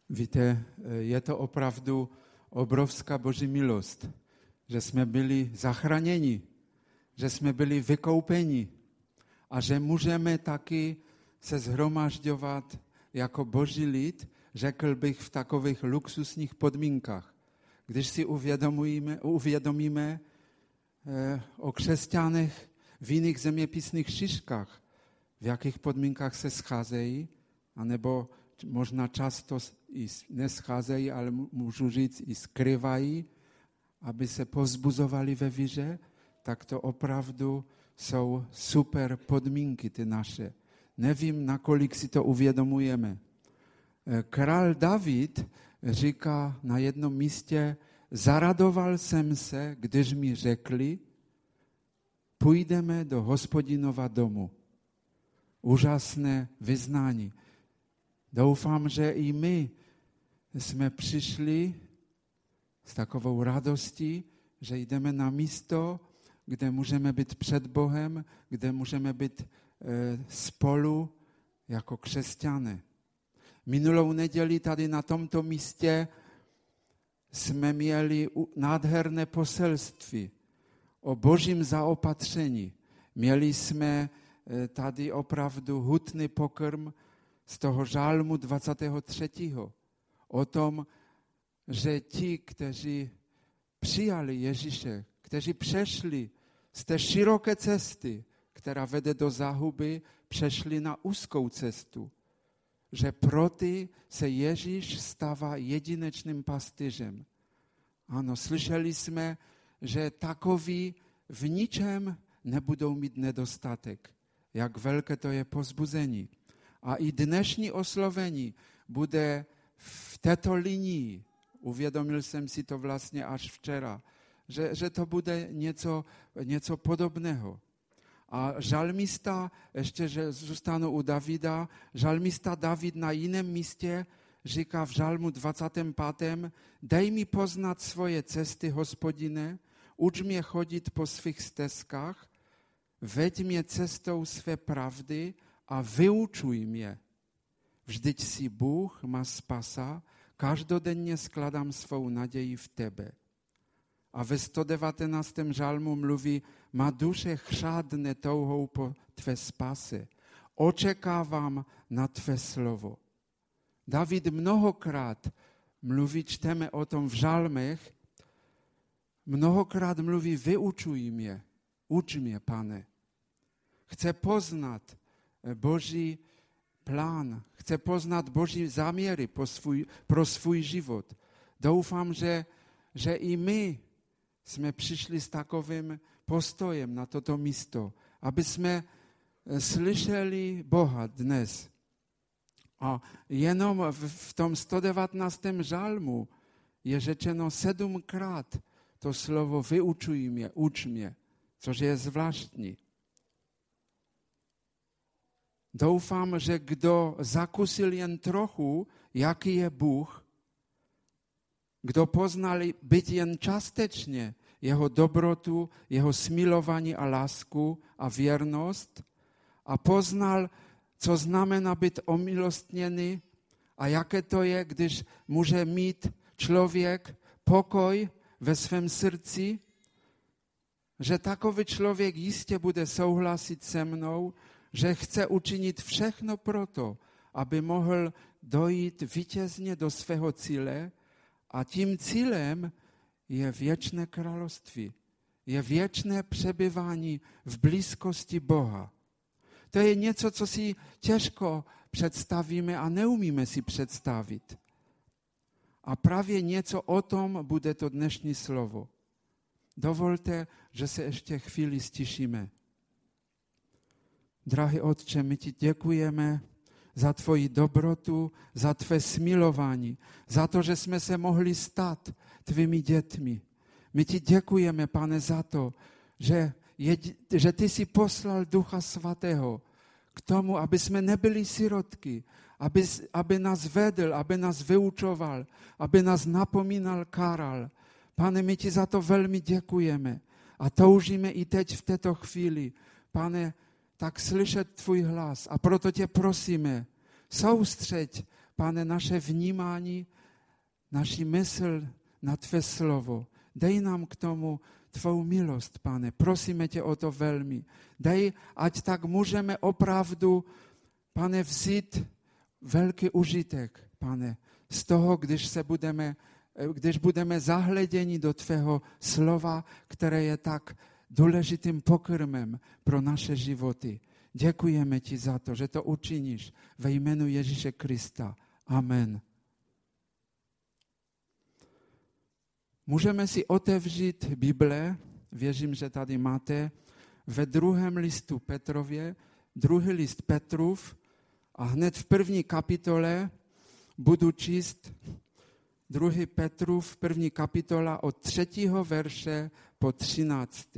Víte, je to opravdu obrovská Boží milost, že jsme byli zachráněni, že jsme byli vykoupeni a že můžeme taky se shromažďovat jako Boží lid, řekl bych, v takových luxusních podmínkách. Když si uvědomíme o křesťanech v jiných zeměpisných šiškách, v jakých podmínkách se scházejí, anebo možná často i nescházejí, ale můžu říct i skrývají, aby se povzbuzovali ve víře, tak to opravdu jsou super podmínky ty naše. Nevím, nakolik si to uvědomujeme. Král David říká na jednom místě, zaradoval jsem se, když mi řekli, půjdeme do Hospodinova domu. Úžasné vyznání. Doufám, že i my jsme přišli s takovou radostí, že jdeme na místo, kde můžeme být před Bohem, kde můžeme být spolu jako křesťané. Minulou neděli tady na tomto místě jsme měli nádherné poselství o Božím zaopatření. Měli jsme tady opravdu hutný pokrm z toho žalmu 23. O tom, že ti, kteří přijali Ježíše, kteří přešli z té široké cesty, která vede do záhuby, přešli na úzkou cestu. Že pro ty se Ježíš stává jedinečným pastýřem. Ano, slyšeli jsme, že takoví v ničem nebudou mít nedostatek. Jak velké to je povzbuzení. A i dnešní oslovení bude v této linii. Uvědomil jsem si to vlastně až včera, že to bude něco podobného. A žalmista, ještě že zůstanu u Davida, žalmista David na jiném místě říká v žalmu 25. Dej mi poznat svoje cesty, Hospodine, uč mě chodit po svých stezkách, veď mě cestou své pravdy a vyučuj mě. Vždyť si Bůh má spasa, každodenně skladám svou naději v tebe. A ve 119. žalmu mluví, má duše chřádne touhou po tvé spase. Očekávám na tvé slovo. David mnohokrát mluví, čteme o tom v žalmech, mnohokrát mluví, vyučuj mě, uč mě, Pane. Chce poznat Boží plán, chce poznat Boží záměry pro svůj život. Doufám, že i my jsme přišli s takovým postojem na toto místo, aby jsme slyšeli Boha dnes. A jenom v tom 119. žalmu je řečeno 7krát to slovo vyučuj mě, uč mě, což je zvláštní. Doufám, že kdo zakusil jen trochu, jaký je Bůh, kdo poznal byť jen částečně jeho dobrotu, jeho smilování a lásku a věrnost a poznal, co znamená být omilostněný a jaké to je, když může mít člověk pokoj ve svém srdci, že takový člověk jistě bude souhlasit se mnou, že chce učinit všechno proto, aby mohl dojít vítězně do svého cíle a tím cílem je věčné království, je věčné přebyvání v blízkosti Boha. To je něco, co si těžko představíme a neumíme si představit. A právě něco o tom bude to dnešní slovo. Dovolte, že se ještě chvíli stišíme. Drahý Otče, my ti děkujeme za tvoji dobrotu, za tvé smilování, za to, že jsme se mohli stát tvými dětmi. My ti děkujeme, Pane, za to, že ty jsi poslal Ducha Svatého k tomu, aby jsme nebyli sirotky, aby nás vedl, aby nás vyučoval, aby nás napomínal, karal. Pane, my ti za to velmi děkujeme a toužíme i teď v této chvíli, Pane, tak slyšet tvůj hlas a proto tě prosíme, soustřeď Pane, naše vnímání, naši mysl na Tvé slovo. Dej nám k tomu Tvou milost, Pane. Prosíme Tě o to velmi. Dej, ať tak můžeme opravdu, Pane, vzít velký užitek, Pane, z toho, když budeme zahleděni do Tvého slova, které je tak důležitým pokrmem pro naše životy. Děkujeme Ti za to, že to učiníš ve jménu Ježíše Krista. Amen. Můžeme si otevřít Bible, věřím, že tady máte, ve 2. listu Petrově, 2. list Petrův, a hned v 1. kapitole budu číst 2. Petrův, 1. kapitola od 3. verše po 13.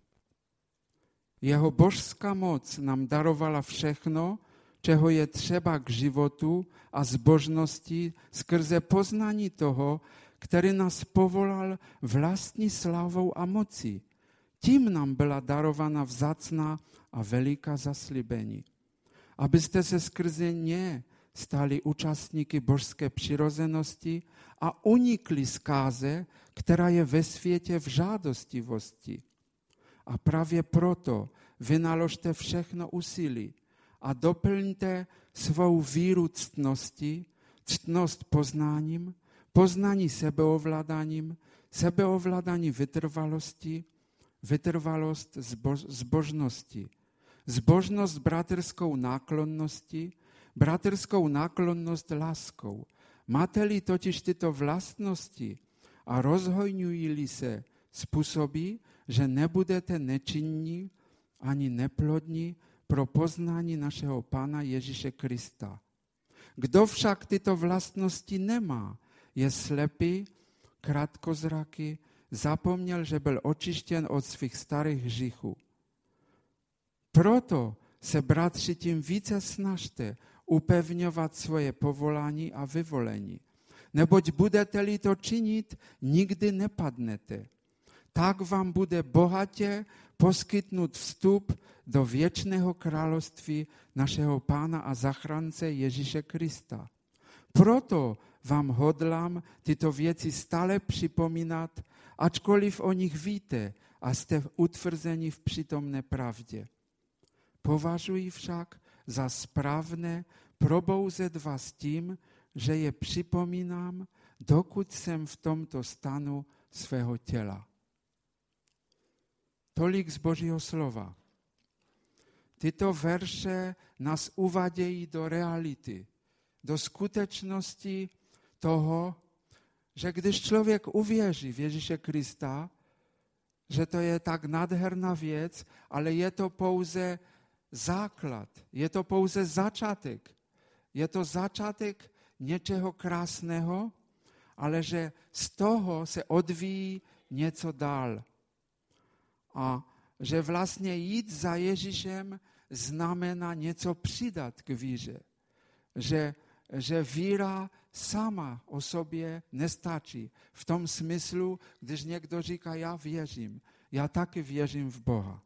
Jeho božská moc nám darovala všechno, čeho je třeba k životu a zbožnosti skrze poznání toho, který nás povolal vlastní slávou a mocí. Tím nám byla darována vzácná a veliká zaslíbení. Abyste se skrze ně stali účastníky božské přirozenosti a unikli zkáze, která je ve světě v žádostivosti. A právě proto vynaložte všechno úsilí a doplňte svou víru ctnosti, ctnost poznáním, poznání sebeovládáním, sebeovládání vytrvalosti, vytrvalost zbožnosti, zbožnost braterskou náklonností, braterskou náklonnost láskou. Máte-li totiž tyto vlastnosti a rozhojňují-li se, způsobí, že nebudete nečinní ani neplodní pro poznání našeho Pána Ježíše Krista. Kdo však tyto vlastnosti nemá, je slepý, krátkozraký, zapomněl, že byl očištěn od svých starých hříchů. Proto se, bratři, tím více snažte upevňovat svoje povolání a vyvolení. Neboť budete-li to činit, nikdy nepadnete. Tak vám bude bohatě poskytnut vstup do věčného království našeho Pána a zachránce Ježíše Krista. Proto vám hodlám tyto věci stále připomínat, ačkoliv o nich víte a jste utvrzeni v přítomné pravdě. Považuji však za správné probouzet vás tím, že je připomínám, dokud jsem v tomto stanu svého těla. Tolik z Božího slova. Tyto verše nás uvádějí do reality, do skutečnosti toho, že když člověk uvěří v Ježíše Krista, že to je tak nádherná věc, ale je to pouze základ, je to pouze začátek. Je to začátek něčeho krásného, ale že z toho se odvíjí něco dál. A že vlastně jít za Ježíšem znamená něco přidat k víře. Že víra sama o sobě nestačí. V tom smyslu, když někdo říká, já věřím, já taky věřím v Boha.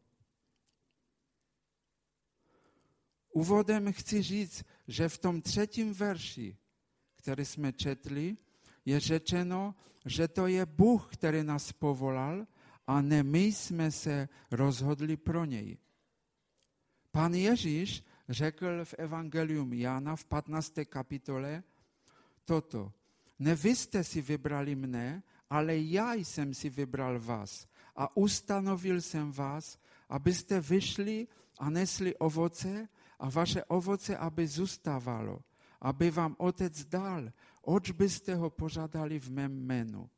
Úvodem chci říct, že v tom 3. verši, který jsme četli, je řečeno, že to je Bůh, který nás povolal, a ne my jsme se rozhodli pro něj. Pán Ježíš řekl v Evangelium Jana v 15. kapitole toto. Ne vy jste si vybrali mne, ale já jsem si vybral vás a ustanovil jsem vás, abyste vyšli a nesli ovoce a vaše ovoce, aby zůstávalo, aby vám Otec dal, oč byste ho požádali v mém jménu.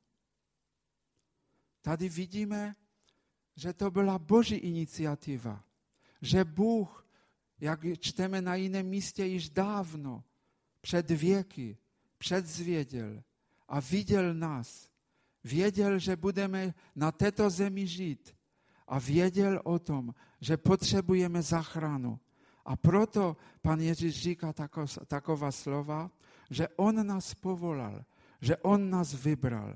Tady vidíme, že to byla Boží iniciativa, že Bůh, jak čteme na jiném místě již dávno, před věky, předzvěděl a viděl nás. Věděl, že budeme na této zemi žít a věděl o tom, že potřebujeme záchranu. A proto Pan Ježíš říká taková slova, že on nás povolal, že on nás vybral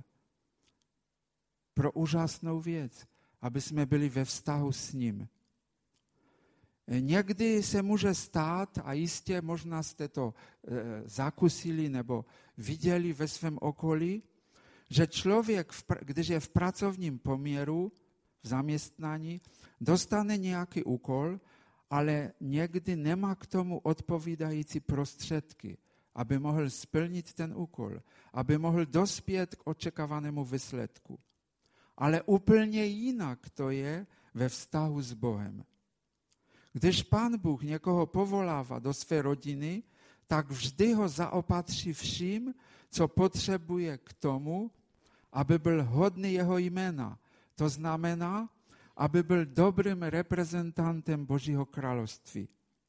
pro úžasnou věc, aby jsme byli ve vztahu s ním. Někdy se může stát, a jistě možná jste to zakusili nebo viděli ve svém okolí, že člověk, když je v pracovním poměru, v zaměstnání, dostane nějaký úkol, ale někdy nemá k tomu odpovídající prostředky, aby mohl splnit ten úkol, aby mohl dospět k očekávanému výsledku. Ale úplně jinak to je ve vztahu s Bohem. Když Pán Bůh někoho povolává do své rodiny, tak vždy ho zaopatří vším, co potřebuje k tomu, aby byl hodný jeho jména. To znamená, aby byl dobrým reprezentantem Božího království.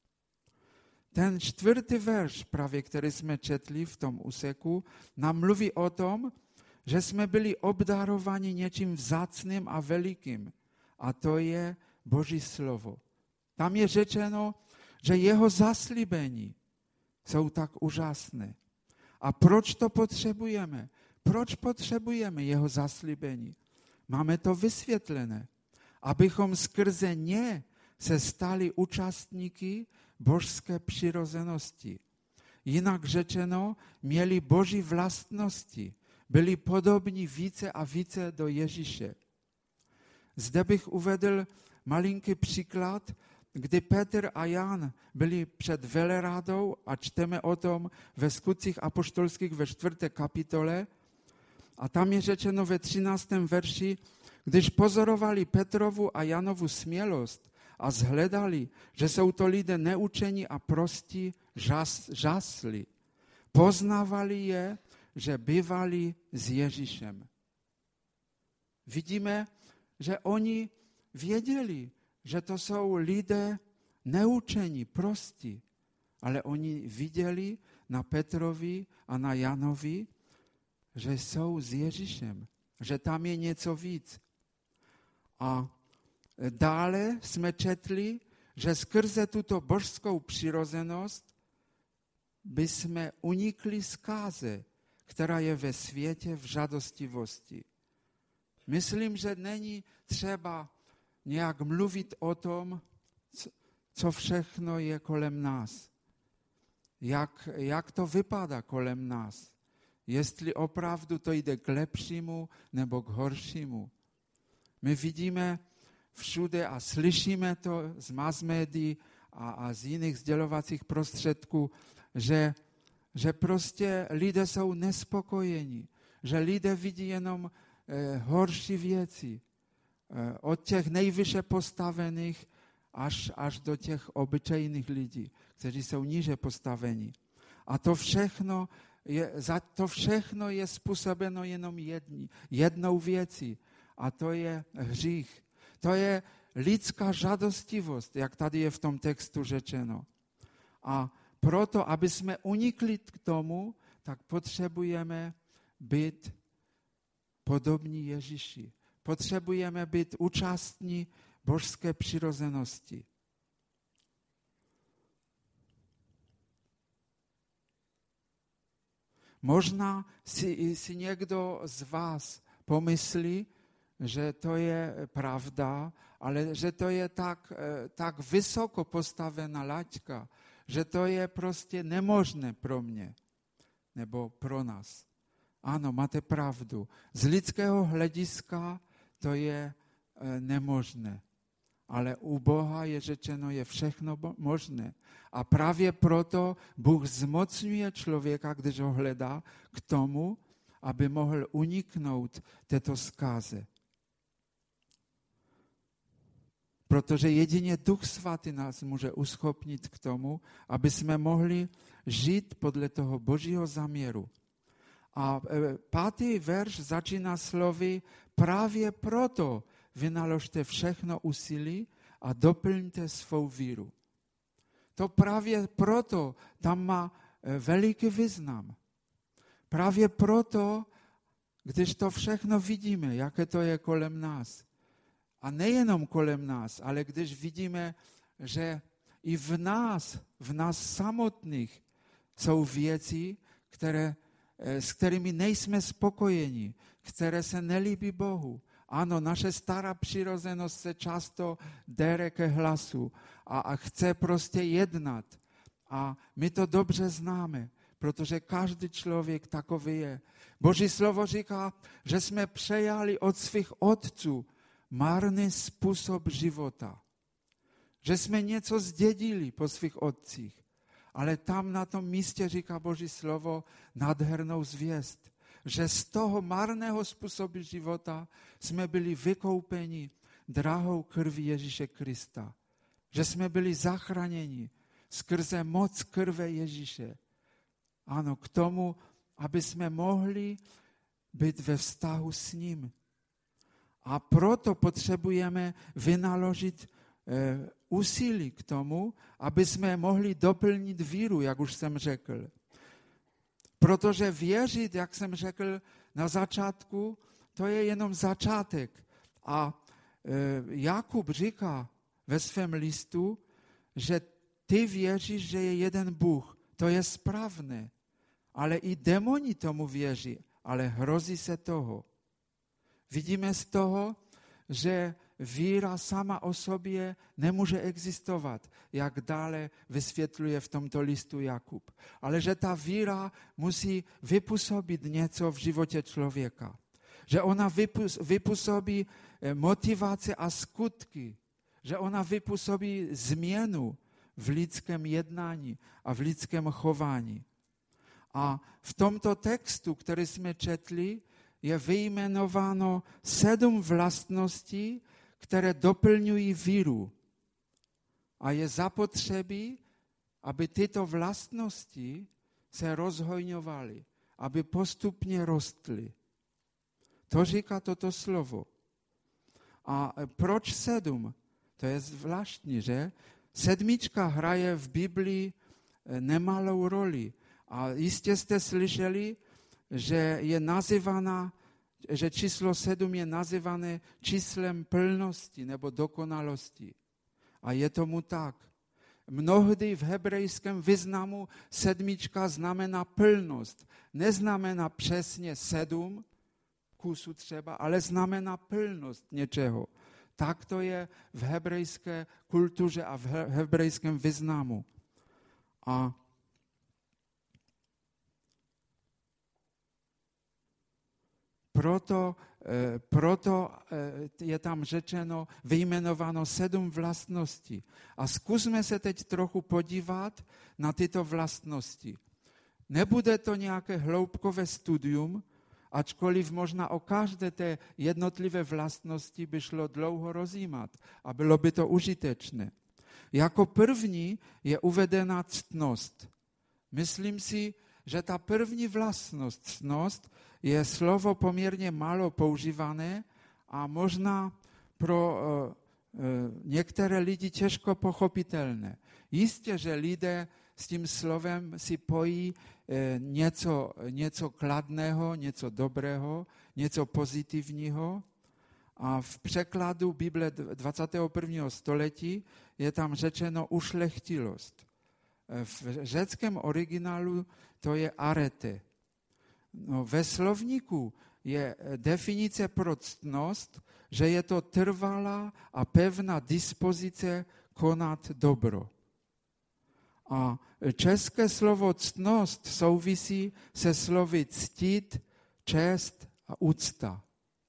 Ten 4. verš, právě který jsme četli v tom úseku, nám mluví o tom, že jsme byli obdarováni něčím vzácným a velikým. A to je Boží slovo. Tam je řečeno, že jeho zaslíbení jsou tak úžasné. A proč to potřebujeme? Proč potřebujeme jeho zaslíbení? Máme to vysvětlené, abychom skrze ně se stali účastníky božské přirozenosti. Jinak řečeno, měli Boží vlastnosti, byli podobní více a více do Ježíše. Zde bych uvedl malinký příklad, kdy Petr a Jan byli před veleradou a čteme o tom ve Skutcích apoštolských ve 4. kapitole. A tam je řečeno ve 13. verši, když pozorovali Petrovu a Janovu smělost a zhledali, že jsou to lidé neučení a prostí, žasli. Poznávali je, že bývali s Ježíšem. Vidíme, že oni věděli, že to jsou lidé neučení, prostí, ale oni viděli na Petrovi a na Janovi, že jsou s Ježíšem, že tam je něco víc. A dále jsme četli, že skrze tuto božskou přirozenost by jsme unikli zkáze, která je ve světě v žádostivosti. Myslím, že není třeba nějak mluvit o tom, co všechno je kolem nás. Jak to vypadá kolem nás. Jestli opravdu to jde k lepšímu nebo k horšímu. My vidíme všude a slyšíme to z mass médií a z jiných sdělovacích prostředků, že prostě lidé jsou nespokojení, že lidé vidí jenom horší věci. Od těch nejvyše postavených až do těch obyčejných lidí, kteří jsou níže postaveni. A to všechno je způsobeno jenom jednou věcí, a to je hřích. To je lidská žádostivost, jak tady je v tom textu řečeno. A proto, aby jsme unikli k tomu, tak potřebujeme být podobní Ježíši. Potřebujeme být účastní božské přirozenosti. Možná si někdo z vás pomyslí, že to je pravda, ale že to je tak vysoko postavená laťka, že to je prostě nemožné pro mě nebo pro nás. Ano, máte pravdu. Z lidského hlediska to je nemožné. Ale u Boha je řečeno, je všechno možné. A právě proto Bůh zmocňuje člověka, když ho hledá, k tomu, aby mohl uniknout této zkáze. Protože jedině Duch Svatý nás může uschopnit k tomu, aby jsme mohli žít podle toho Božího záměru. A 5. verš začíná slovy, právě proto vynaložte všechno úsilí a doplňte svou víru. To právě proto tam má veliký význam. Právě proto, když to všechno vidíme, jaké to je kolem nás. A nejenom kolem nás, ale když vidíme, že i v nás samotných jsou věci, s kterými nejsme spokojeni, které se nelíbí Bohu. Ano, naše stará přirozenost se často dere ke hlasu a chce prostě jednat. A my to dobře známe, protože každý člověk takový je. Boží slovo říká, že jsme přejali od svých otců marný způsob života. Že jsme něco zdědili po svých otcích. Ale tam na tom místě říká Boží slovo nádhernou zvěst, že z toho marného způsobu života jsme byli vykoupeni drahou krví Ježíše Krista. Že jsme byli zachráněni skrze moc krve Ježíše. Ano, k tomu, aby jsme mohli být ve vztahu s ním. A proto potřebujeme vynaložit úsilí k tomu, aby jsme mohli doplnit víru, jak už jsem řekl. Protože věřit, jak jsem řekl na začátku, to je jenom začátek. A Jakub říká ve svém listu, že ty věříš, že je jeden Bůh. To je správné. Ale i démoni tomu věří, ale hrozí se toho. Vidíme z toho, že víra sama o sobě nemůže existovat, jak dále vysvětluje v tomto listu Jakub. Ale že ta víra musí vypůsobit něco v životě člověka. Že ona vypůsobí motivace a skutky. Že ona vypůsobí změnu v lidském jednání a v lidském chování. A v tomto textu, který jsme četli, je vyjmenováno 7 vlastností, které doplňují víru. A je zapotřebí, aby tyto vlastnosti se rozhojňovaly, aby postupně rostly. To říká toto slovo. A proč 7? To je zvláštní, že? 7 hraje v Biblii nemalou roli. A jistě jste slyšeli, že je nazývána, že číslo 7 je nazývané číslem plnosti nebo dokonalosti. A je tomu tak. Mnohdy v hebrejském významu 7 znamená plnost. Neznamená přesně 7 kusů třeba, ale znamená plnost něčeho. Tak to je v hebrejské kultuře a v hebrejském významu. A proto je tam řečeno, vyjmenováno 7 vlastností. A zkusme se teď trochu podívat na tyto vlastnosti. Nebude to nějaké hloubkové studium, ačkoliv možná o každé té jednotlivé vlastnosti by šlo dlouho rozjímat a bylo by to užitečné. Jako první je uvedena ctnost. Myslím si, že ta první vlastnost, ctnost, je slovo poměrně málo používané a možná pro některé lidi těžko pochopitelné. Jistě, že lidé s tím slovem si pojí něco kladného, něco dobrého, něco pozitivního. A v překladu Bible 21. století je tam řečeno ušlechtilost. V řeckém originálu to je arete. No, ve slovníku je definice pro ctnost, že je to trvalá a pevná dispozice konat dobro. A české slovo ctnost souvisí se slovy ctít, čest a úcta.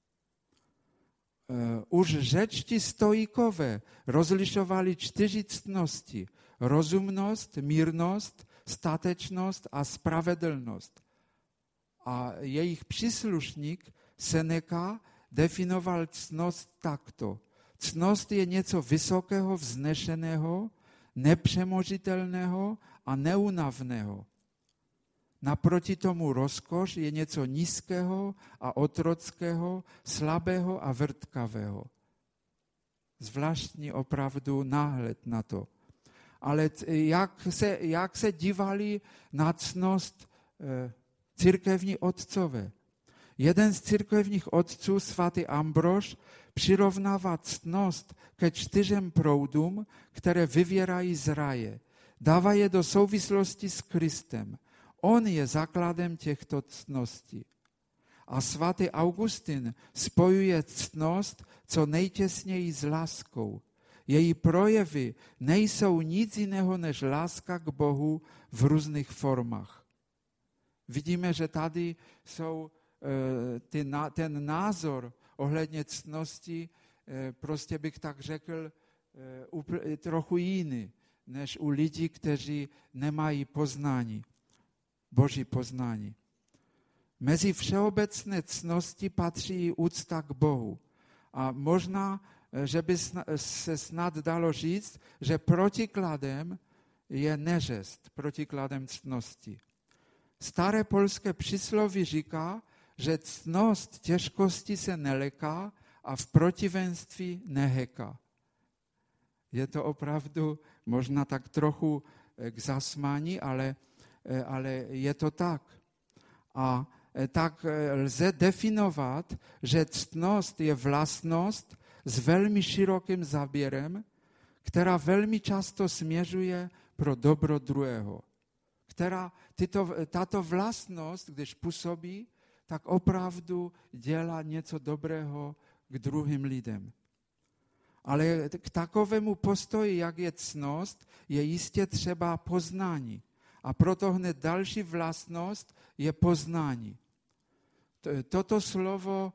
Už řečtí stoikové rozlišovali 4 ctnosti. Rozumnost, mírnost, statečnost a spravedlnost. A jejich příslušník Seneca definoval ctnost takto. Ctnost je něco vysokého, vznešeného, nepřemožitelného a neúnavného. Naproti tomu rozkoš je něco nízkého a otrockého, slabého a vrtkavého. Zvláštní opravdu náhled na to. Ale jak se dívali na ctnost církevní otcové? Jeden z církevních otců, svatý Ambrož, přirovnává ctnost ke 4 proudům, které vyvěrají z ráje. Dává je do souvislosti s Kristem. On je základem těchto ctností. A svatý Augustin spojuje ctnost co nejtěsněji s láskou. Její projevy nejsou nic jiného než láska k Bohu v různých formách. Vidíme, že tady jsou ten názor ohledně ctnosti, prostě bych tak řekl, trochu jiný, než u lidí, kteří nemají poznání, Boží poznání. Mezi všeobecné ctnosti patří i úcta k Bohu. A možná, že by se snad dalo říct, že protikladem je neřest, protikladem ctnosti. Staré polské přísloví říká, že ctnost těžkosti se neleká a v protivenství neheká. Je to opravdu možná tak trochu k zasmání, ale je to tak. A tak lze definovat, že ctnost je vlastnost s velmi širokým záběrem, která velmi často směřuje pro dobro druhého. Tato vlastnost, když působí, tak opravdu dělá něco dobrého k druhým lidem. Ale k takovému postoji, jak je ctnost, je jistě třeba poznání. A proto hned další vlastnost je poznání. Toto slovo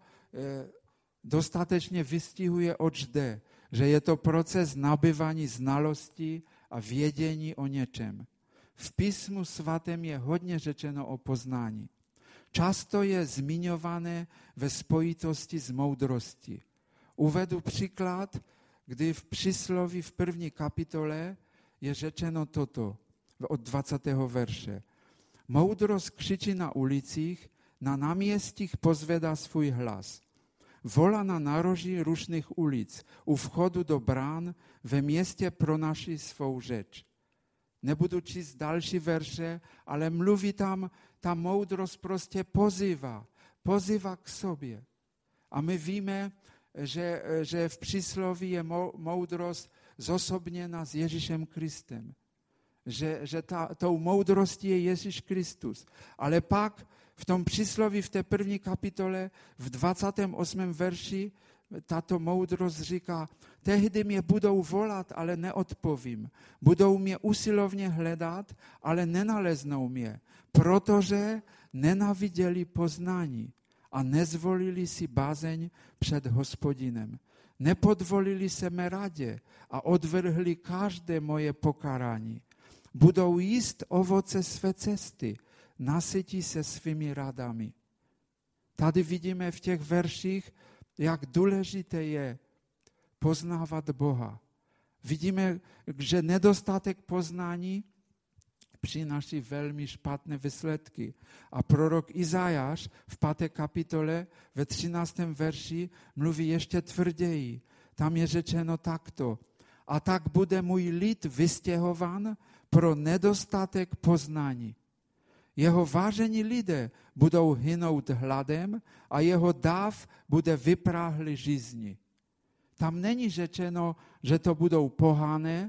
dostatečně vystihuje, oč jde, že je to proces nabývání znalosti a vědění o něčem. V písmu svatém je hodně řečeno o poznání. Často je zmiňované ve spojitosti s moudrostí. Uvedu příklad, kdy v přísloví v 1. kapitole je řečeno toto, od 20. verše. Moudrost křičí na ulicích, na náměstích pozvedá svůj hlas. Volá na nároží rušných ulic, u vchodu do brán, ve městě pronáší svou řeč. Nebudu číst další verše, ale mluví tam, ta moudrost prostě pozývá k sobě. A my víme, že v přísloví je moudrost zosobněna s Ježíšem Kristem. Že tou moudrostí je Ježíš Kristus. Ale pak v tom přísloví v té 1. kapitole v 28. verši tato moudrost říká, tehdy mě budou volat, ale neodpovím. Budou mě usilovně hledat, ale nenaleznou mě, protože nenáviděli poznání a nezvolili si bázeň před Hospodinem. Nepodvolili se mé radě a odvrhli každé moje pokarání. Budou jíst ovoce své cesty, nasytí se svými radami. Tady vidíme v těch verších, jak důležité je poznávat Boha. Vidíme, že nedostatek poznání přináší velmi špatné výsledky. A prorok Izajáš v 5. kapitole ve 13. verši mluví ještě tvrději. Tam je řečeno takto. A tak bude můj lid vystěhován pro nedostatek poznání. Jeho vážení lidé budou hynout hladem a jeho dáv bude vypráhlý žízni. Tam není řečeno, že to budou pohané,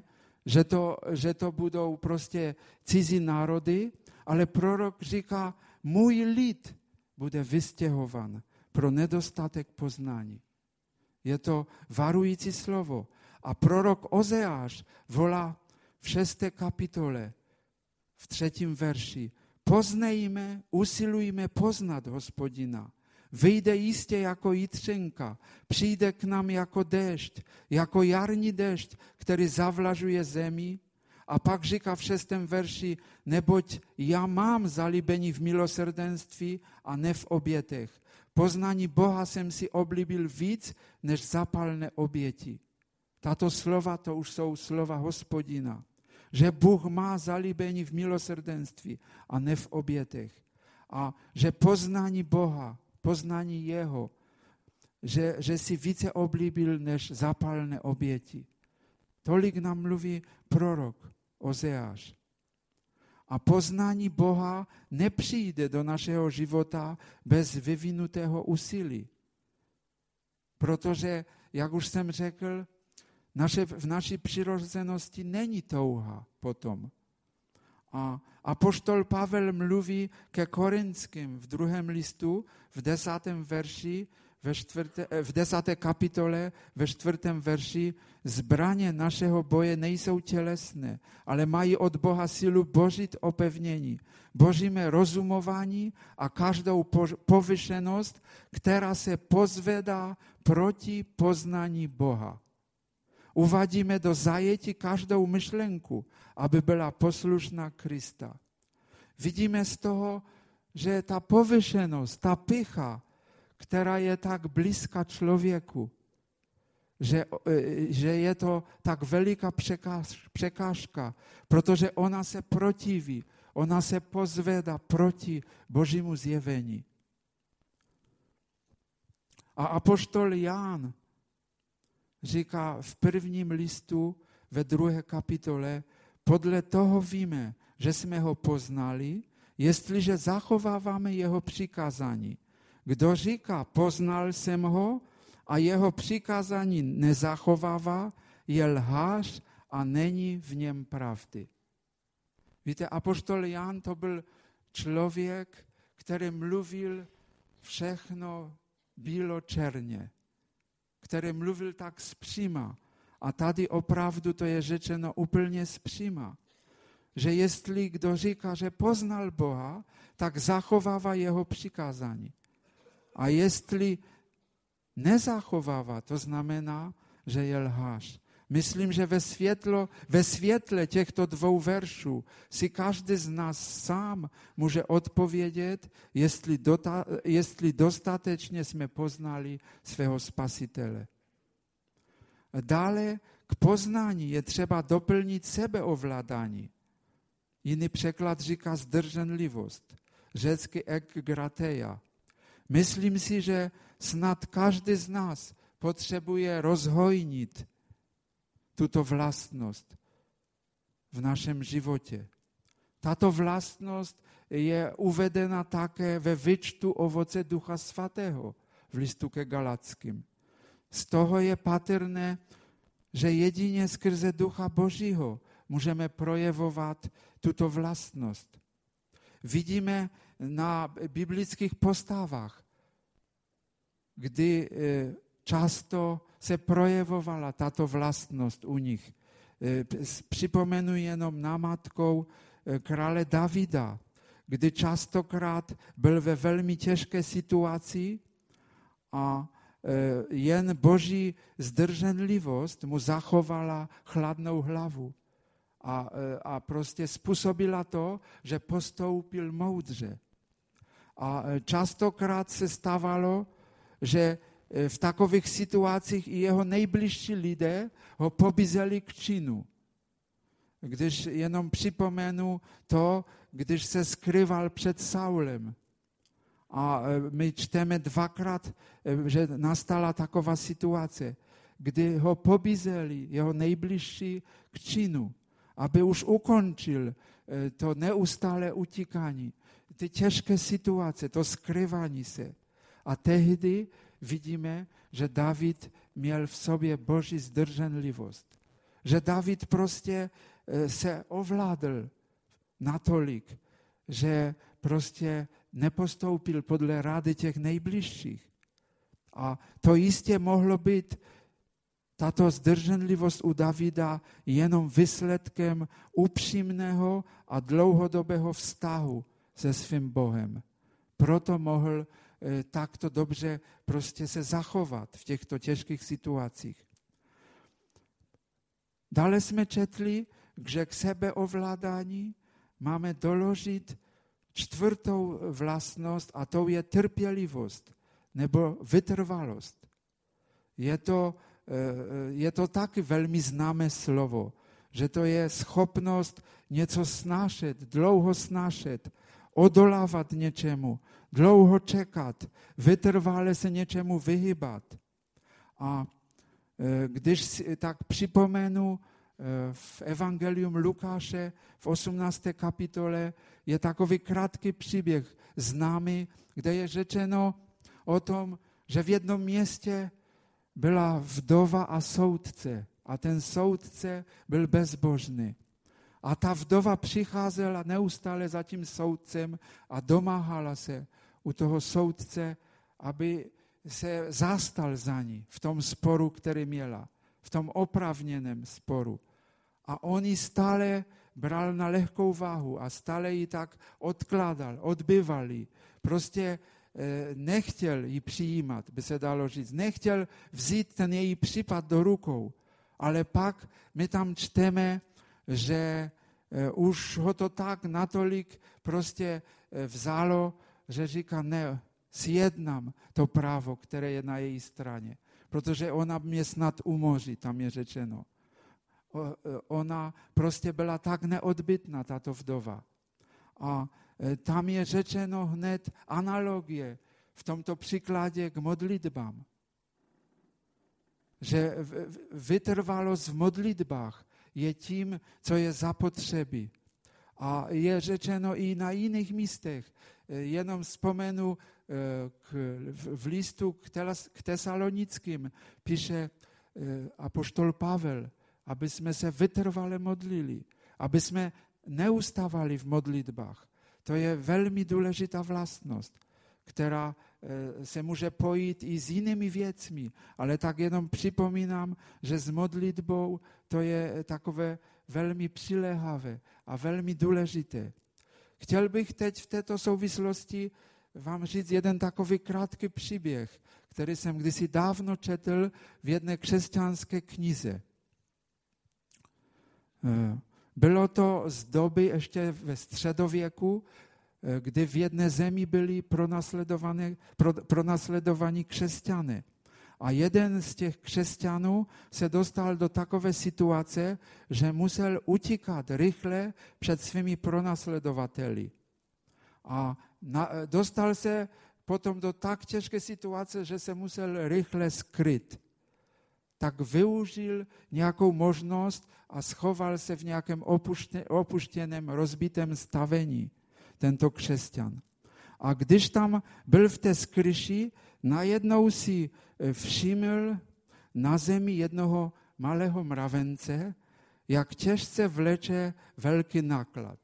že to budou prostě cizí národy, ale prorok říká, můj lid bude vystěhovan pro nedostatek poznání. Je to varující slovo. A prorok Ozeáš volá v 6. kapitole, v 3. verši, poznejme, usilujme poznat Hospodina. Vyjde jistě jako jitřenka, přijde k nám jako déšť, jako jarní déšť, který zavlažuje zemi. A pak říká v 6. verši, neboť já mám zalíbení v milosrdenství a ne v obětech. Poznání Boha jsem si oblíbil víc, než zapalné oběti. Tato slova, to už jsou slova Hospodina. Že Bůh má zalíbení v milosrdenství a ne v obětech. A že poznání Boha, poznání jeho, že si více oblíbil než zapalné oběti. Tolik nám mluví prorok Ozeáš. A poznání Boha nepřijde do našeho života bez vyvinutého úsilí. Protože, jak už jsem řekl, v naší přirozenosti není touha potom. A apoštol Pavel mluví ke Korynským v 2. listu, v 10. verši, v 10. kapitole, ve 4. verši: zbraně našeho boje nejsou tělesné, ale mají od Boha sílu božit opevnění. Božíme rozumování a každou povyšenost, která se pozvedá proti poznání Boha. Uvádíme do zajetí každou myšlenku, aby byla poslušná Krista. Vidíme z toho, že ta povyšenost, ta pycha, která je tak blízká člověku, že je to tak veliká překážka, protože ona se protiví, ona se pozvedá proti Božímu zjevení. A apoštol Jan říká v 1. listu ve 2. kapitole: podle toho víme, že jsme ho poznali, jestliže zachováváme jeho přikázání. Kdo říká, poznal jsem ho, a jeho přikázání nezachovává, je lhář a není v něm pravdy. Víte, apoštol Jan to byl člověk, který mluvil všechno bílo-černě, který mluvil tak zpříma. A tady opravdu to je řečeno úplně zpříma. Že jestli kdo říká, že poznal Boha, tak zachovává jeho přikázání. A jestli nezachovává, to znamená, že je lhář. Myslím, že ve světle těchto 2 veršů si každý z nás sám může odpovědět, jestli dostatečně jsme poznali svého Spasitele. Dále k poznání je třeba doplnit sebeovládání. Jiný překlad říká zdrženlivost, řecky ekgrateia. Myslím si, že snad každý z nás potřebuje rozhojnit tuto vlastnost v našem životě. Tato vlastnost je uvedena také ve výčtu ovoce Ducha Svatého v listu ke Galackým. Z toho je patrné, že jedině skrze Ducha Božího můžeme projevovat tuto vlastnost. Vidíme na biblických postavách, kdy často se projevovala tato vlastnost u nich. Připomenu jenom namátkou krále Davida, kdy častokrát byl ve velmi těžké situaci a jen Boží zdrženlivost mu zachovala chladnou hlavu. A prostě způsobila to, že postoupil moudře. A častokrát se stávalo, že v takových situacích i jeho nejbližší lidé ho pobízeli k činu. Když jenom připomenu to, když se skryval před Saulem. A my čteme 2krát, že nastala taková situace, kdy ho pobízeli jeho nejbližší k činu, aby už ukončil to neustálé utíkání, ty těžké situace, to skryvání se. A tehdy vidíme, že David měl v sobě Boží zdrženlivost. Že David prostě se ovládl natolik, že prostě nepostoupil podle rady těch nejbližších. A to jistě mohlo být tato zdrženlivost u Davida jenom výsledkem upřímného a dlouhodobého vztahu se svým Bohem. Proto mohl takto dobře prostě se zachovat v těchto těžkých situacích. Dále jsme četli, že k sebeovládání máme doložit 4. vlastnost, a to je trpělivost nebo vytrvalost. Je to taky velmi známé slovo, že to je schopnost něco snášet, dlouho snášet, odolávat něčemu, dlouho čekat, vytrvale se něčemu vyhybat. A když si tak připomenu v Evangelium Lukáše v 18. kapitole je takový krátký příběh známý, kde je řečeno o tom, že v jednom městě byla vdova a soudce. A ten soudce byl bezbožný. A ta vdova přicházela neustále za tím soudcem a domáhala se u toho soudce, aby se zastal za ní v tom sporu, který měla, v tom oprávněném sporu. A on ji stále bral na lehkou váhu a stále ji tak odkládal, odbyval ji. Prostě nechtěl ji přijímat, by se dalo říct. Nechtěl vzít ten její případ do rukou. Ale pak my tam čteme, že už ho to tak natolik prostě vzalo, že říká, ne, sjednám to právo, které je na její straně. Protože ona mě snad umoří, tam je řečeno. Ona prostě byla tak neodbytná, tato vdova. A tam je řečeno hned analogie v tomto příkladě k modlitbám. Že vytrvalost v modlitbách je tím, co je zapotřebí. A je řečeno i na jiných místech. Jenom vzpomenu v listu k Tesalonickým píše apoštol Pavel, aby jsme se vytrvale modlili, aby jsme neustávali v modlitbách. To je velmi důležitá vlastnost, která se může pojít i s jinými věcmi, ale tak jenom připomínám, že s modlitbou to je takové velmi přiléhavé a velmi důležité. Chtěl bych teď v této souvislosti vám říct jeden takový krátký příběh, který jsem kdysi dávno četl v jedné křesťanské knize. Bylo to z doby ještě ve středověku, kdy v jedné zemi byli pronásledovaní křesťané. A jeden z těch křesťanů se dostal do takové situace, že musel utíkat rychle před svými pronásledovateli. A dostal se potom do tak těžké situace, že se musel rychle skryt. Tak využil nějakou možnost a schoval se v nějakém opuštěném, rozbitém stavení, tento křesťan. A když tam byl v té skryši, najednou si všiml na zemi jednoho malého mravence, jak těžce vleče velký náklad.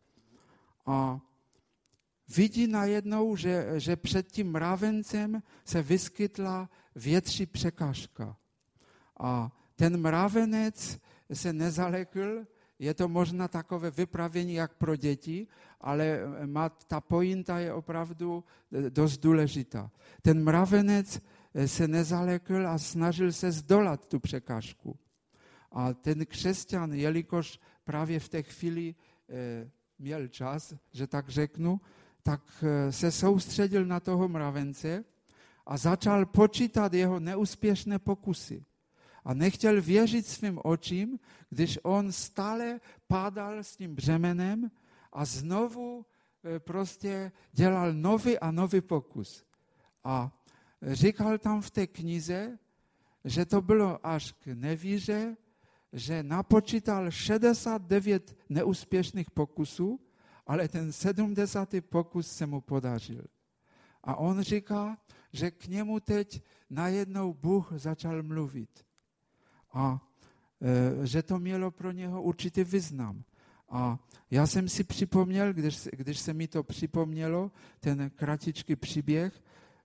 A vidí najednou, že před tím mravencem se vyskytla větší překážka. A ten mravenec se nezalekl, je to možná takové vyprávění jak pro děti, ale ta pointa je opravdu dost důležitá. Ten mravenec se nezalekl a snažil se zdolat tu překážku. A ten křesťan, jelikož právě v té chvíli měl čas, že tak řeknu, tak se soustředil na toho mravence a začal počítat jeho neúspěšné pokusy. A nechtěl věřit svým očím, když on stále padal s tím břemenem a znovu prostě dělal nový a nový pokus. A říkal tam v té knize, že to bylo až k nevíře, že napočítal 69 neúspěšných pokusů, ale ten 70. pokus se mu podařil. A on říká, že k němu teď najednou Bůh začal mluvit. A že to mělo pro něho určitý význam. A já jsem si připomněl, když se mi to připomnělo, ten kratičký příběh,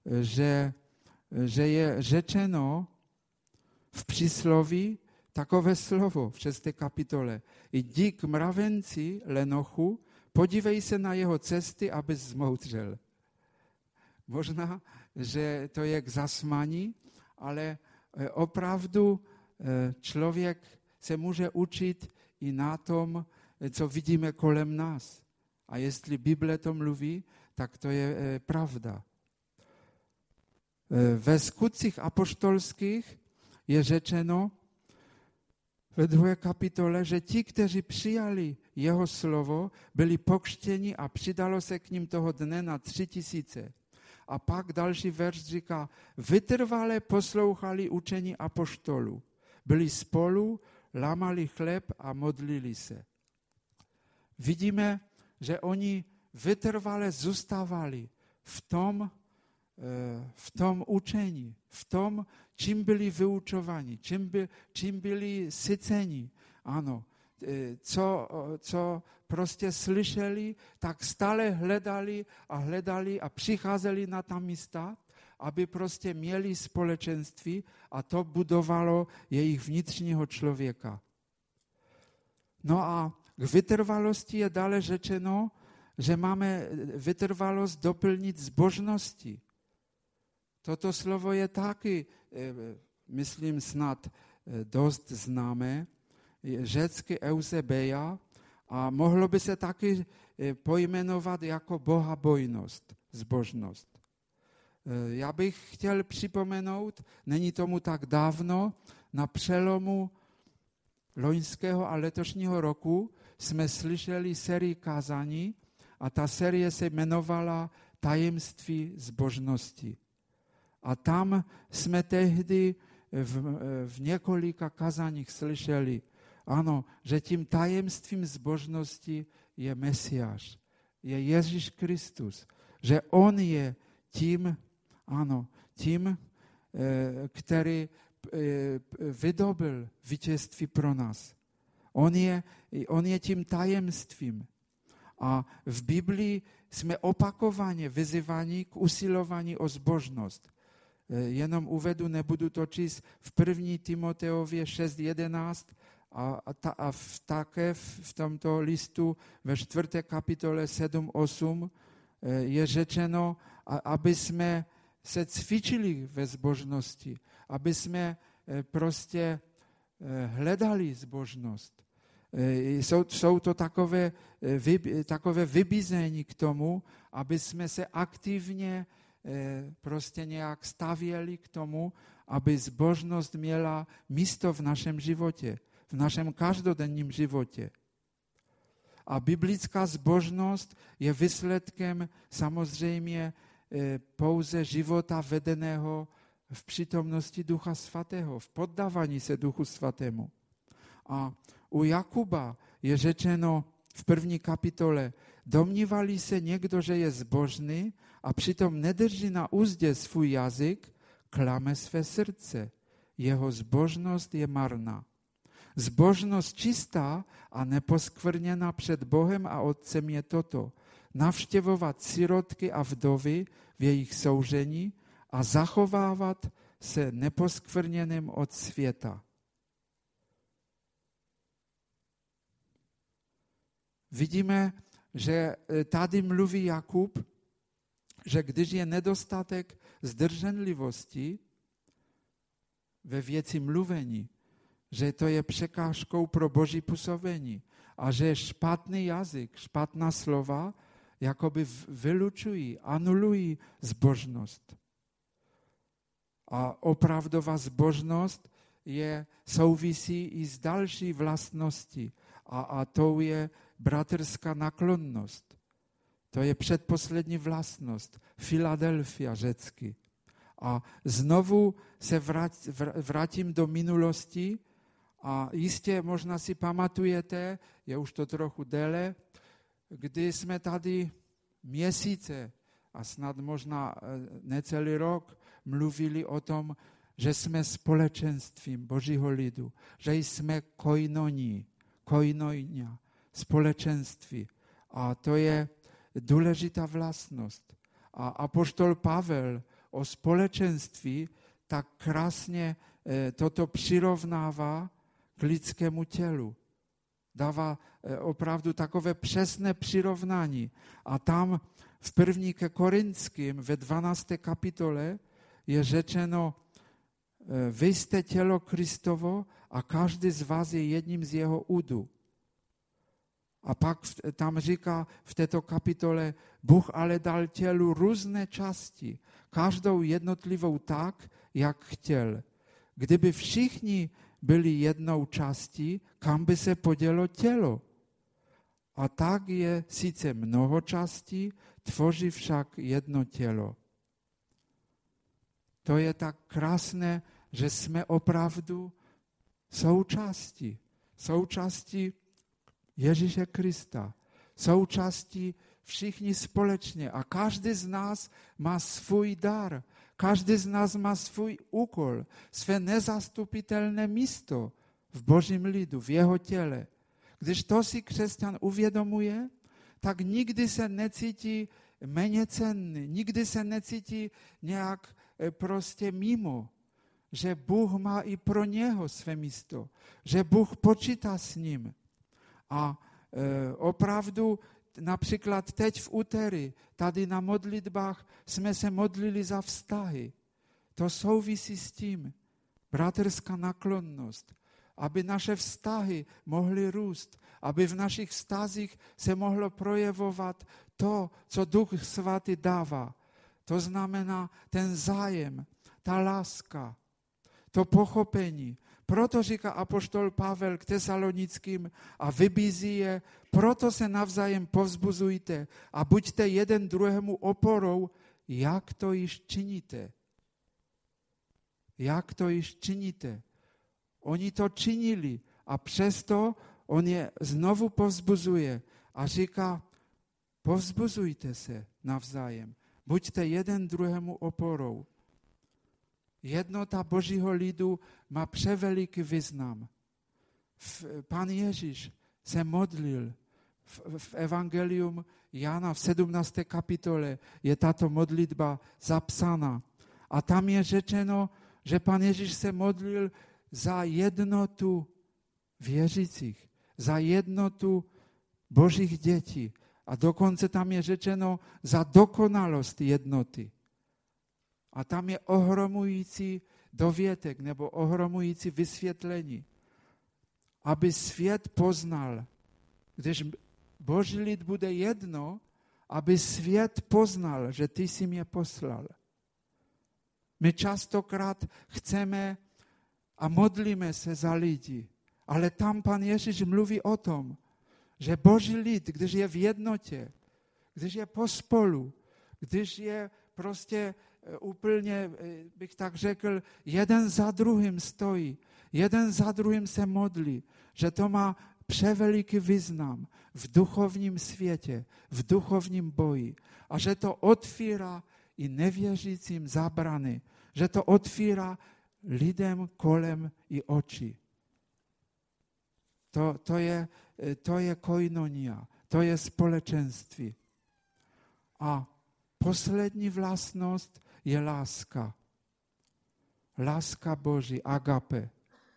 že je řečeno v přísloví takové slovo v 6. kapitole. Jdi k mravenci lenochu, podívej se na jeho cesty, aby zmoudřel. Možná, že to je k zasmaní, ale opravdu člověk se může učit i na tom, co vidíme kolem nás. A jestli Bible to mluví, tak to je pravda. Ve skutcích apoštolských je řečeno ve 2. kapitole, že ti, kteří přijali jeho slovo, byli pokřtěni a přidalo se k ním toho dne na 3000. A pak další verš říká, vytrvale poslouchali učení apoštolů. Byli spolu, lámali chléb a modlili se. Vidíme, že oni vytrvale zůstávali v tom učení, v tom, čím byli vyučováni, čím byli syceni. Ano, co prostě slyšeli, tak stále hledali a přicházeli na ta místa, aby prostě měli společenství a to budovalo jejich vnitřního člověka. No a k vytrvalosti je dále řečeno, že máme vytrvalost doplnit zbožností. Toto slovo je taky, myslím snad dost známé, řecky eusebeia a mohlo by se taky pojmenovat jako bohabojnost, zbožnost. Já bych chtěl připomenout, není tomu tak dávno, na přelomu loňského a letošního roku jsme slyšeli sérii kázání a ta série se jmenovala Tajemství zbožnosti. A tam jsme tehdy v několika kazáních slyšeli, ano, že tím tajemstvím zbožnosti je Mesiáš, je Ježíš Kristus, že on je tím, který vydobyl vítězství pro nás. On je tím tajemstvím. A v Biblii jsme opakovaně vyzýváni k usilování o zbožnost. Jenom uvedu, nebudu to číst, v 1. Timoteově 6:11 a také v tomto listu ve 4. kapitole 7:8 je řečeno, aby jsme se cvičili ve zbožnosti, aby jsme prostě hledali zbožnost. Jsou to takové vybízení k tomu, aby jsme se aktivně prostě nějak stavěli k tomu, aby zbožnost měla místo v našem životě, v našem každodenním životě. A biblická zbožnost je výsledkem samozřejmě pouze života vedeného v přítomnosti Ducha Svatého, v poddávání se Duchu Svatému. A u Jakuba je řečeno v 1. kapitole, domnívali se někdo, že je zbožný a přitom nedrží na úzdě svůj jazyk, klame své srdce. Jeho zbožnost je marná. Zbožnost čistá a neposkvrněná před Bohem a Otcem je toto. Navštěvovat sirotky a vdovy v jejich soužení a zachovávat se neposkvrněným od světa. Vidíme, že tady mluví Jakub, že když je nedostatek zdrženlivosti ve věci mluvení, že to je překážkou pro Boží působení a že špatný jazyk, špatná slova jakoby vylučují, anulují zbožnost. A opravdová zbožnost souvisí i s další vlastností a to je bratrská naklonnost. To je předposlední vlastnost, Filadelfia řecky. A znovu se vrátím do minulosti a jistě možná si pamatujete, je už to trochu déle, kdy jsme tady měsíce a snad možná necelý rok mluvili o tom, že jsme společenstvím Božího lidu, že jsme koinonia, společenství. A to je důležitá vlastnost. A apoštol Pavel o společenství tak krásně toto přirovnává k lidskému tělu. Dává opravdu takové přesné přirovnání. A tam v 1. ke Korinským ve 12. kapitole je řečeno, vy jste tělo Kristovo a každý z vás je jedním z jeho údů. A pak tam říká v této kapitole, Bůh ale dal tělu různé části, každou jednotlivou tak, jak chtěl. Kdyby všichni byli jednou částí, kam by se podělo tělo? A tak je sice mnoho částí, tvoří však jedno tělo. To je tak krásné, že jsme opravdu součástí Ježíše Krista, součástí všichni společně a každý z nás má svůj dar, každý z nás má svůj úkol, své nezastupitelné místo v Božím lidu, v jeho těle. Když to si křesťan uvědomuje, tak nikdy se necítí méněcenný, nikdy se necítí nějak prostě mimo, že Bůh má i pro něho své místo, že Bůh počítá s ním. A opravdu například teď v úterý, tady na modlitbách jsme se modlili za vztahy. To souvisí s tím, bratrská naklonnost, aby naše vztahy mohly růst, aby v našich vztazích se mohlo projevovat to, co Duch Svatý dává. To znamená ten zájem, ta láska, to pochopení. Proto říká apoštol Pavel k Tesalonickým a vybízí je, proto se navzájem povzbuzujte a buďte jeden druhému oporou, jak to již činíte. Jak to již činíte. Oni to činili a přesto on je znovu povzbuzuje a říká, povzbuzujte se navzájem, buďte jeden druhému oporou. Jednota Božího lidu má převeliký význam. Pán Ježíš se modlil v Evangelium Jana v 17. kapitole je tato modlitba zapsána. A tam je řečeno, že Pán Ježíš se modlil za jednotu věřících, za jednotu Božích dětí. A dokonce tam je řečeno za dokonalost jednoty. A tam je ohromující dovětek nebo ohromující vysvětlení, aby svět poznal, když Boží lid bude jedno, aby svět poznal, že ty jsi mě poslal. My častokrát chceme a modlíme se za lidi, ale tam Pan Ježíš mluví o tom, že Boží lid, když je v jednotě, když je pospolu, když je prostě úplně, bych tak řekl, jeden za druhým stojí, jeden za druhým se modlí, že to má převeliký význam v duchovním světě, v duchovním boji a že to otvírá i nevěřícím zábrany, že to otvírá lidem kolem i oči. To je koinonia, to je společenství. A poslední vlastnost je láska. Láska Boží, agape.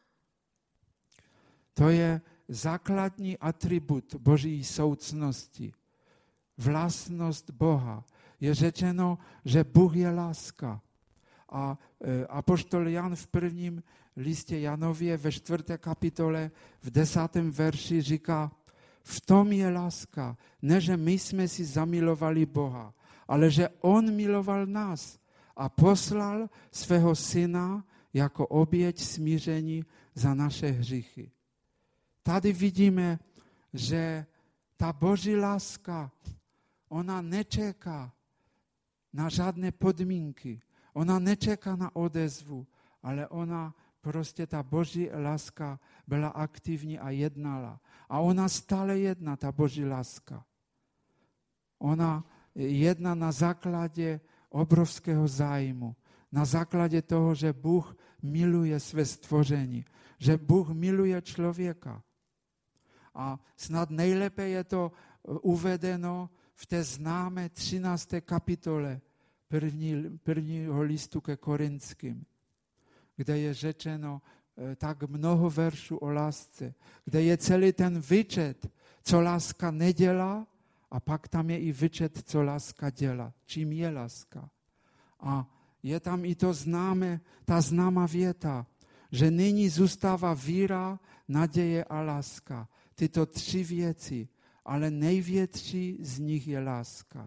To je základní atribut Boží soucnosti. Vlastnost Boha. Je řečeno, že Bůh je láska. A apoštol Jan v prvním listě Janově ve 4. kapitole v 10. verši říká, v tom je láska, ne že my jsme si zamilovali Boha, ale že on miloval nás a poslal svého syna jako oběť smíření za naše hříchy. Tady vidíme, že ta Boží láska, ona nečeká na žádné podmínky, ona nečeká na odezvu, ale ona prostě ta Boží láska byla aktivní a jednala. A ona stále jedná, ta Boží láska. Ona jedná na základě obrovského zájmu, na základě toho, že Bůh miluje své stvoření, že Bůh miluje člověka. A snad nejlépe je to uvedeno v té známé 13. kapitole prvního listu ke Korinským, kde je řečeno tak mnoho veršů o lásce, kde je celý ten výčet, co láska nedělá, a pak tam je i výčet, co láska dělá, čím je láska. A je tam i ta známá věta, že nyní zůstává víra, naděje a láska. Tyto 3 věci, ale největší z nich je láska.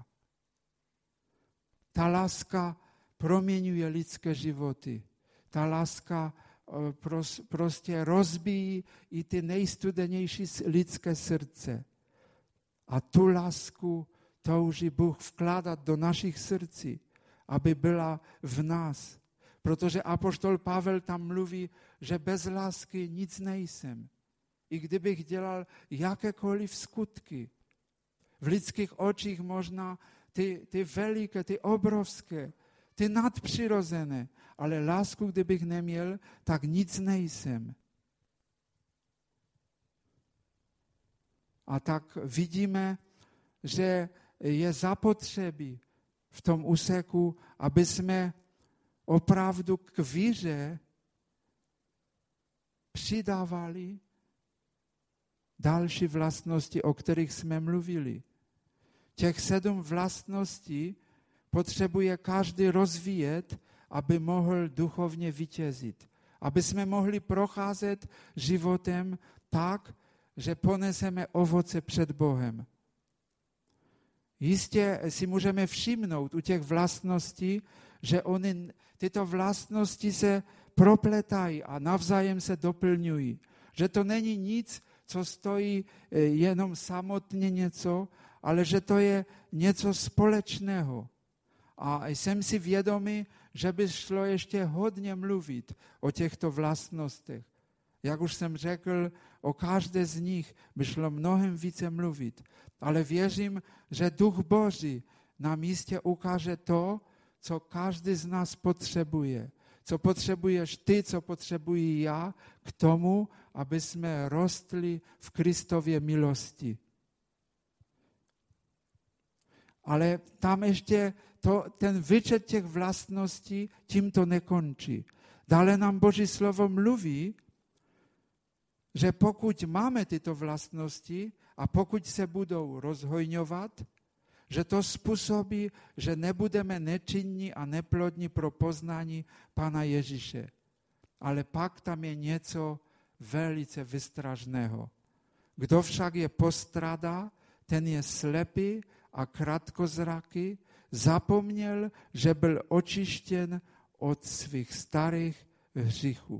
Ta láska proměňuje lidské životy. Ta láska prostě rozbíjí i ty nejstudenější lidské srdce. A tu lásku touží Bůh vkládat do našich srdcí, aby byla v nás. Protože apoštol Pavel tam mluví, že bez lásky nic nejsem. I kdybych dělal jakékoliv skutky. V lidských očích možná ty veliké, ty obrovské, ty nadpřirozené, ale lásku, kdybych neměl, tak nic nejsem. A tak vidíme, že je zapotřebí v tom úseku, aby jsme opravdu k víře přidávali další vlastnosti, o kterých jsme mluvili. Těch 7 vlastností potřebuje každý rozvíjet, aby mohl duchovně vítězit. Aby jsme mohli procházet životem tak, že poneseme ovoce před Bohem. Jistě si můžeme všimnout u těch vlastností, že tyto vlastnosti se propletají a navzájem se doplňují. Že to není nic, co stojí jenom samotně něco, ale že to je něco společného. A jsem si vědomý, že by šlo ještě hodně mluvit o těchto vlastnostech. Jak už jsem řekl, o každé z nich by šlo mnohem více mluvit. Ale věřím, že Duch Boží nám jistě ukáže to, co každý z nás potřebuje. Co potřebuješ ty, co potřebuji já k tomu, aby jsme rostli v Kristově milosti. Ale tam ještě ten výčet těch vlastností tím to nekončí. Dále nám Boží slovo mluví, že pokud máme tyto vlastnosti a pokud se budou rozhojňovat, že to způsobí, že nebudeme nečinní a neplodní pro poznání Pana Ježíše. Ale pak tam je něco velice vystražného. Kdo však je postrádá, ten je slepý a krátkozraký, zapomněl, že byl očištěn od svých starých hříchů.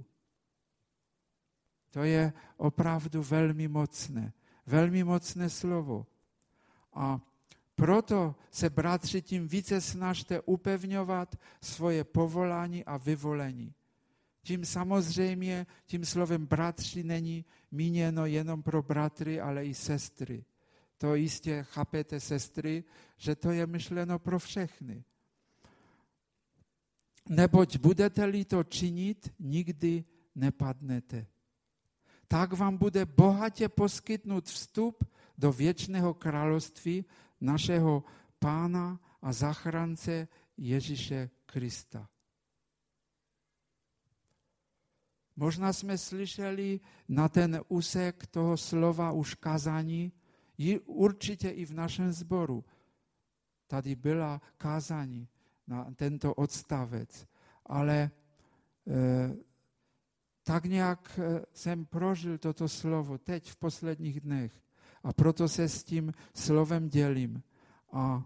To je opravdu velmi mocné slovo. A proto se, bratři, tím více snažte upevňovat svoje povolání a vyvolení. Tím samozřejmě, tím slovem bratři není míněno jenom pro bratry, ale i sestry. To jistě chápete, sestry, že to je myšleno pro všechny. Neboť budete-li to činit, nikdy nepadnete. Tak vám bude bohatě poskytnut vstup do věčného království našeho Pána a zachránce Ježíše Krista. Možná jsme slyšeli na ten úsek toho slova už kázání, určitě i v našem sboru. Tady byla kázání na tento odstavec, ale tak nějak jsem prožil toto slovo teď v posledních dnech a proto se s tím slovem dělím. A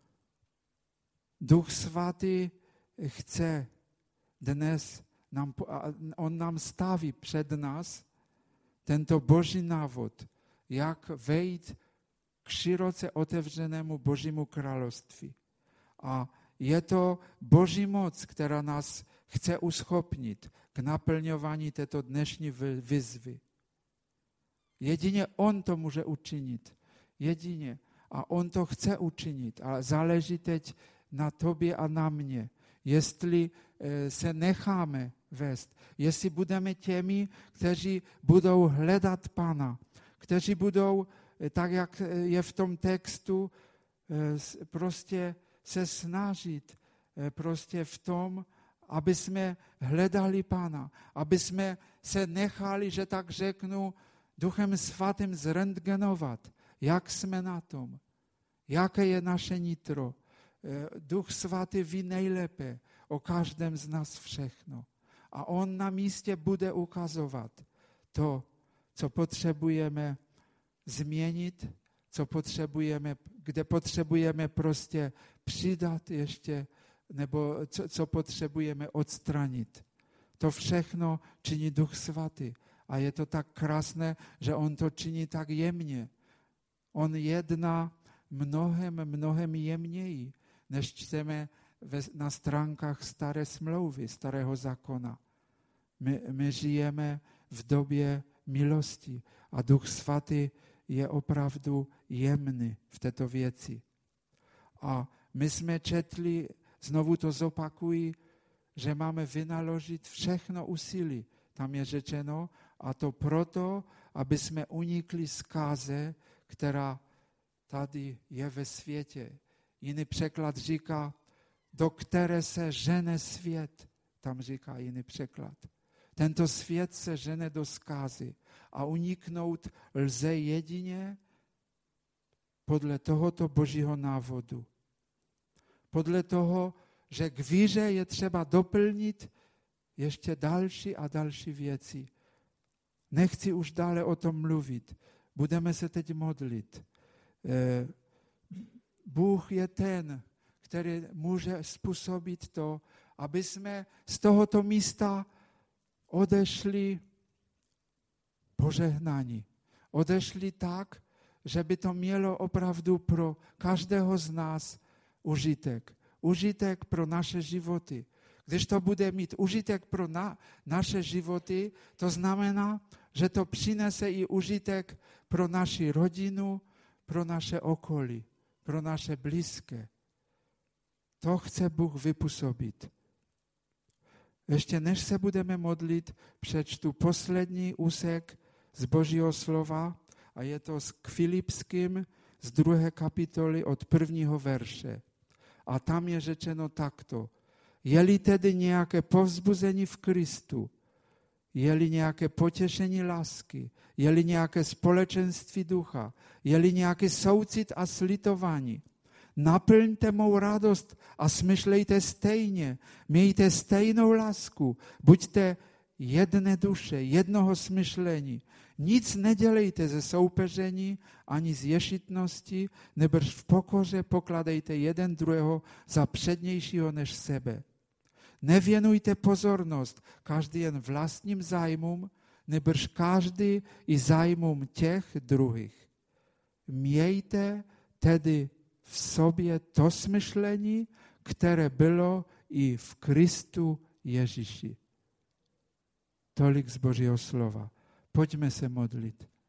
Duch Svatý chce dnes, on nám staví před nás tento Boží návod, jak vejít k široce otevřenému Božímu království. A je to Boží moc, která nás chce uschopnit k naplňování této dnešní výzvy. Jedině on to může učinit. Jedině. A on to chce učinit. A záleží teď na tobě a na mně. Jestli se necháme vést. Jestli budeme těmi, kteří budou hledat Pana. Kteří budou, tak jak je v tom textu, prostě se snažit prostě v tom, aby jsme hledali Pana, aby jsme se nechali, že tak řeknu, Duchem Svatým zrentgenovat, jak jsme na tom, jaké je naše nitro. Duch Svatý ví nejlépe o každém z nás všechno. A on na místě bude ukazovat to, co potřebujeme změnit, kde potřebujeme prostě přidat ještě, nebo co potřebujeme odstranit. To všechno činí Duch Svatý. A je to tak krásné, že on to činí tak jemně. On jedná mnohem jemněji, než čteme na stránkách staré smlouvy, starého zákona. My žijeme v době milosti a Duch Svatý je opravdu jemný v této věci. A my jsme četli, znovu to zopakuji, že máme vynaložit všechno úsilí. Tam je řečeno, a to proto, aby jsme unikli zkáze, která tady je ve světě. Jiný překlad říká, do které se žene svět. Tam říká jiný překlad. Tento svět se žene do zkázy a uniknout lze jedině podle tohoto Božího návodu. Podle toho, že k víře je třeba doplnit ještě další a další věci. Nechci už dále o tom mluvit. Budeme se teď modlit. Bůh je ten, který může způsobit to, aby jsme z tohoto místa odešli požehnáni. Odešli tak, že by to mělo opravdu pro každého z nás užitek. Užitek pro naše životy. Když to bude mít užitek pro naše životy, to znamená, že to přinese i užitek pro naši rodinu, pro naše okolí, pro naše blízké. To chce Bůh vypůsobit. Ještě než se budeme modlit, přečtu poslední úsek z Božího slova a je to k Filipským z 2. kapitoly od 1. verše. A tam je řečeno takto. Je-li tedy nějaké povzbuzení v Kristu, je-li nějaké potěšení lásky, je-li nějaké společenství ducha, je-li nějaký soucit a slitování, naplňte mou radost a smyšlejte stejně, mějte stejnou lásku, buďte jedné duše, jednoho smyšlení. Nic nedělejte ze soupeření ani z ješitnosti, nebož v pokoře pokladejte jeden druhého za přednějšího než sebe. Nevěnujte pozornost každý jen vlastním zájmům, nebož každý i zájmům těch druhých. Mějte tedy v sobě to smyšlení, které bylo i v Kristu Ježíši. Tolik z Božího slova. Pojďme se modlit.